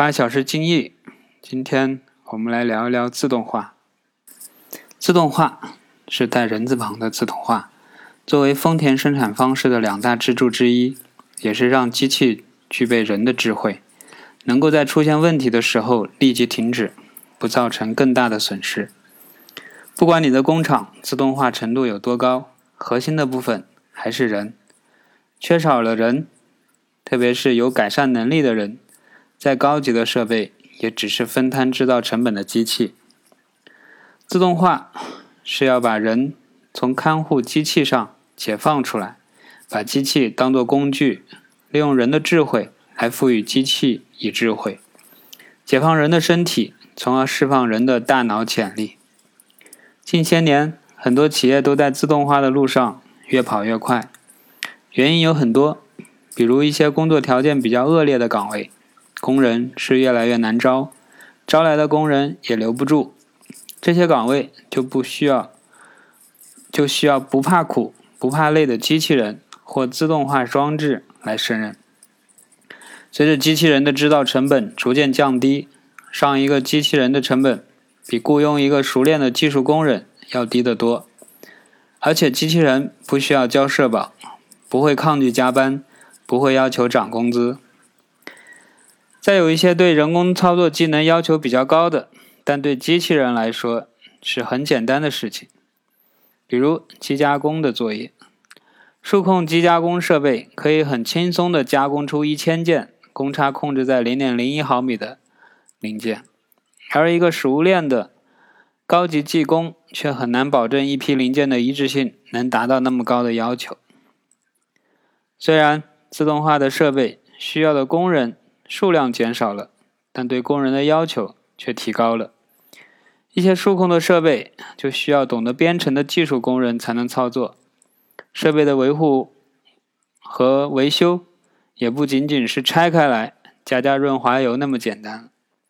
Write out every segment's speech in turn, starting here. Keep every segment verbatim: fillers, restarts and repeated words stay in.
八小时精益，今天我们来聊一聊自动化。自动化是带人字旁的自动化，作为丰田生产方式的两大支柱之一，也是让机器具备人的智慧，能够在出现问题的时候立即停止，不造成更大的损失。不管你的工厂自动化程度有多高，核心的部分还是人。缺少了人，特别是有改善能力的人，再高级的设备也只是分摊制造成本的机器。自动化是要把人从看护机器上解放出来，把机器当作工具，利用人的智慧来赋予机器以智慧，解放人的身体，从而释放人的大脑潜力。近些年，很多企业都在自动化的路上越跑越快，原因有很多，比如一些工作条件比较恶劣的岗位，工人是越来越难招，招来的工人也留不住，这些岗位就不需要就需要不怕苦不怕累的机器人或自动化装置来胜任。随着机器人的制造成本逐渐降低，上一个机器人的成本比雇佣一个熟练的技术工人要低得多，而且机器人不需要交社保，不会抗拒加班，不会要求涨工资。再有一些对人工操作技能要求比较高的，但对机器人来说是很简单的事情，比如机加工的作业。数控机加工设备可以很轻松地加工出一千件公差控制在 零点零一毫米的零件，而一个熟练的高级技工却很难保证一批零件的一致性能达到那么高的要求。虽然自动化的设备需要的工人数量减少了，但对工人的要求却提高了。一些数控的设备就需要懂得编程的技术工人才能操作，设备的维护和维修也不仅仅是拆开来加加润滑油那么简单。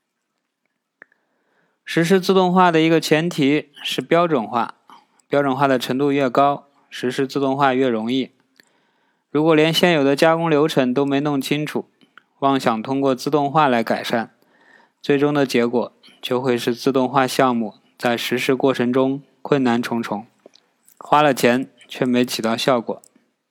实施自动化的一个前提是标准化，标准化的程度越高，实施自动化越容易。如果连现有的加工流程都没弄清楚，妄想通过自动化来改善，最终的结果就会是自动化项目在实施过程中困难重重，花了钱却没起到效果。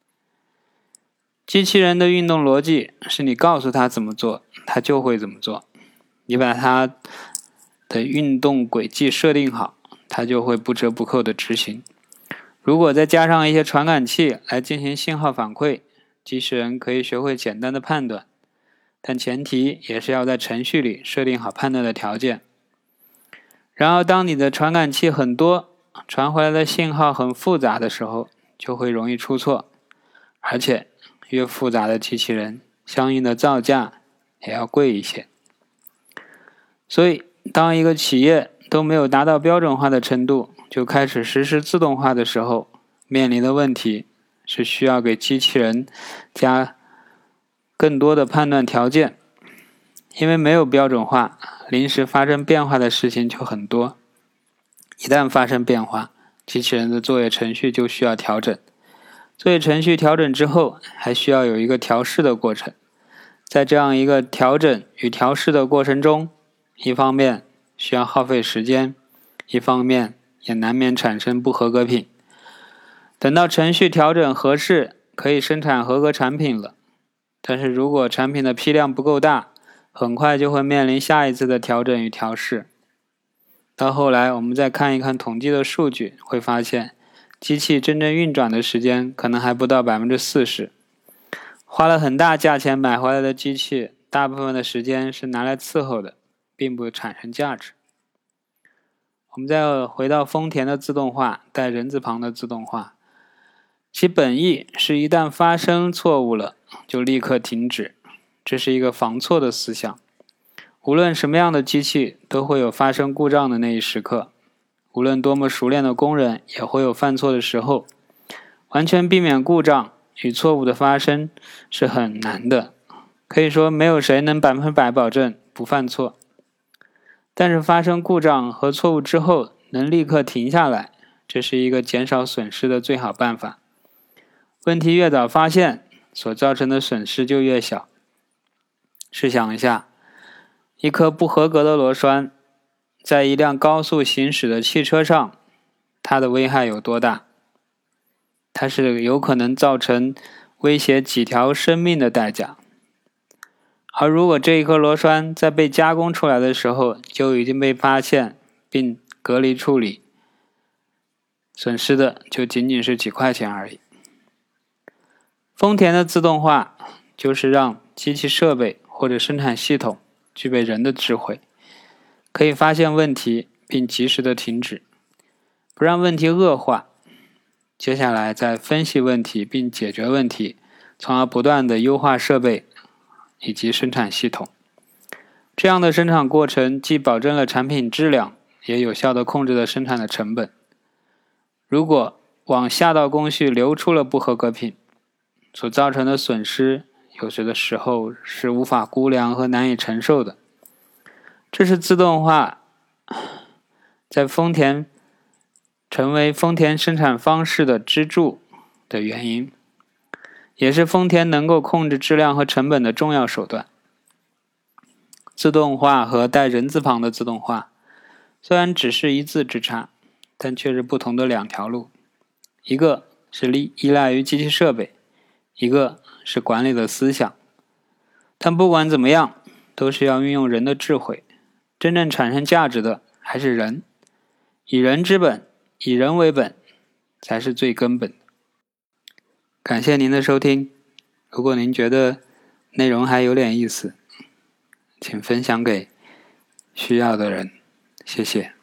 机器人的运动逻辑是你告诉它怎么做，它就会怎么做。你把它的运动轨迹设定好，它就会不折不扣的执行。如果再加上一些传感器来进行信号反馈，机器人可以学会简单的判断，但前提也是要在程序里设定好判断的条件。然而当你的传感器很多，传回来的信号很复杂的时候，就会容易出错，而且越复杂的机器人相应的造价也要贵一些。所以当一个企业都没有达到标准化的程度就开始实施自动化的时候，面临的问题是需要给机器人加更多的判断条件。因为没有标准化，临时发生变化的事情就很多。一旦发生变化，机器人的作业程序就需要调整。作业程序调整之后，还需要有一个调试的过程。在这样一个调整与调试的过程中，一方面需要耗费时间，一方面也难免产生不合格品。等到程序调整合适，可以生产合格产品了。但是如果产品的批量不够大，很快就会面临下一次的调整与调试。到后来我们再看一看统计的数据，会发现机器真正运转的时间可能还不到 百分之四十。 花了很大价钱买回来的机器，大部分的时间是拿来伺候的，并不产生价值。我们再回到丰田的自动化，带人字旁的自动化，其本意是一旦发生错误了就立刻停止，这是一个防错的思想。无论什么样的机器都会有发生故障的那一时刻，无论多么熟练的工人也会有犯错的时候。完全避免故障与错误的发生是很难的，可以说没有谁能百分百保证不犯错。但是发生故障和错误之后能立刻停下来，这是一个减少损失的最好办法。问题越早发现，所造成的损失就越小。试想一下， 一颗不合格的螺栓在一辆高速行驶的汽车上，它的危害有多大？它是有可能造成威胁几条生命的代价。而如果这一颗螺栓在被加工出来的时候就已经被发现并隔离处理，损失的就仅仅是几块钱而已。丰田的自动化就是让机器设备或者生产系统具备人的智慧，可以发现问题并及时的停止，不让问题恶化，接下来再分析问题并解决问题，从而不断的优化设备以及生产系统。这样的生产过程既保证了产品质量，也有效地控制了生产的成本。如果往下道工序流出了不合格品，所造成的损失有时的时候是无法估量和难以承受的。这是自动化在丰田成为丰田生产方式的支柱的原因，也是丰田能够控制质量和成本的重要手段。自动化和带人字旁的自动化虽然只是一字之差，但却是不同的两条路，一个是依赖于机器设备，一个是管理的思想。但不管怎么样，都是要运用人的智慧，真正产生价值的还是人，以人之本，以人为本，才是最根本的。感谢您的收听，如果您觉得内容还有点意思，请分享给需要的人，谢谢。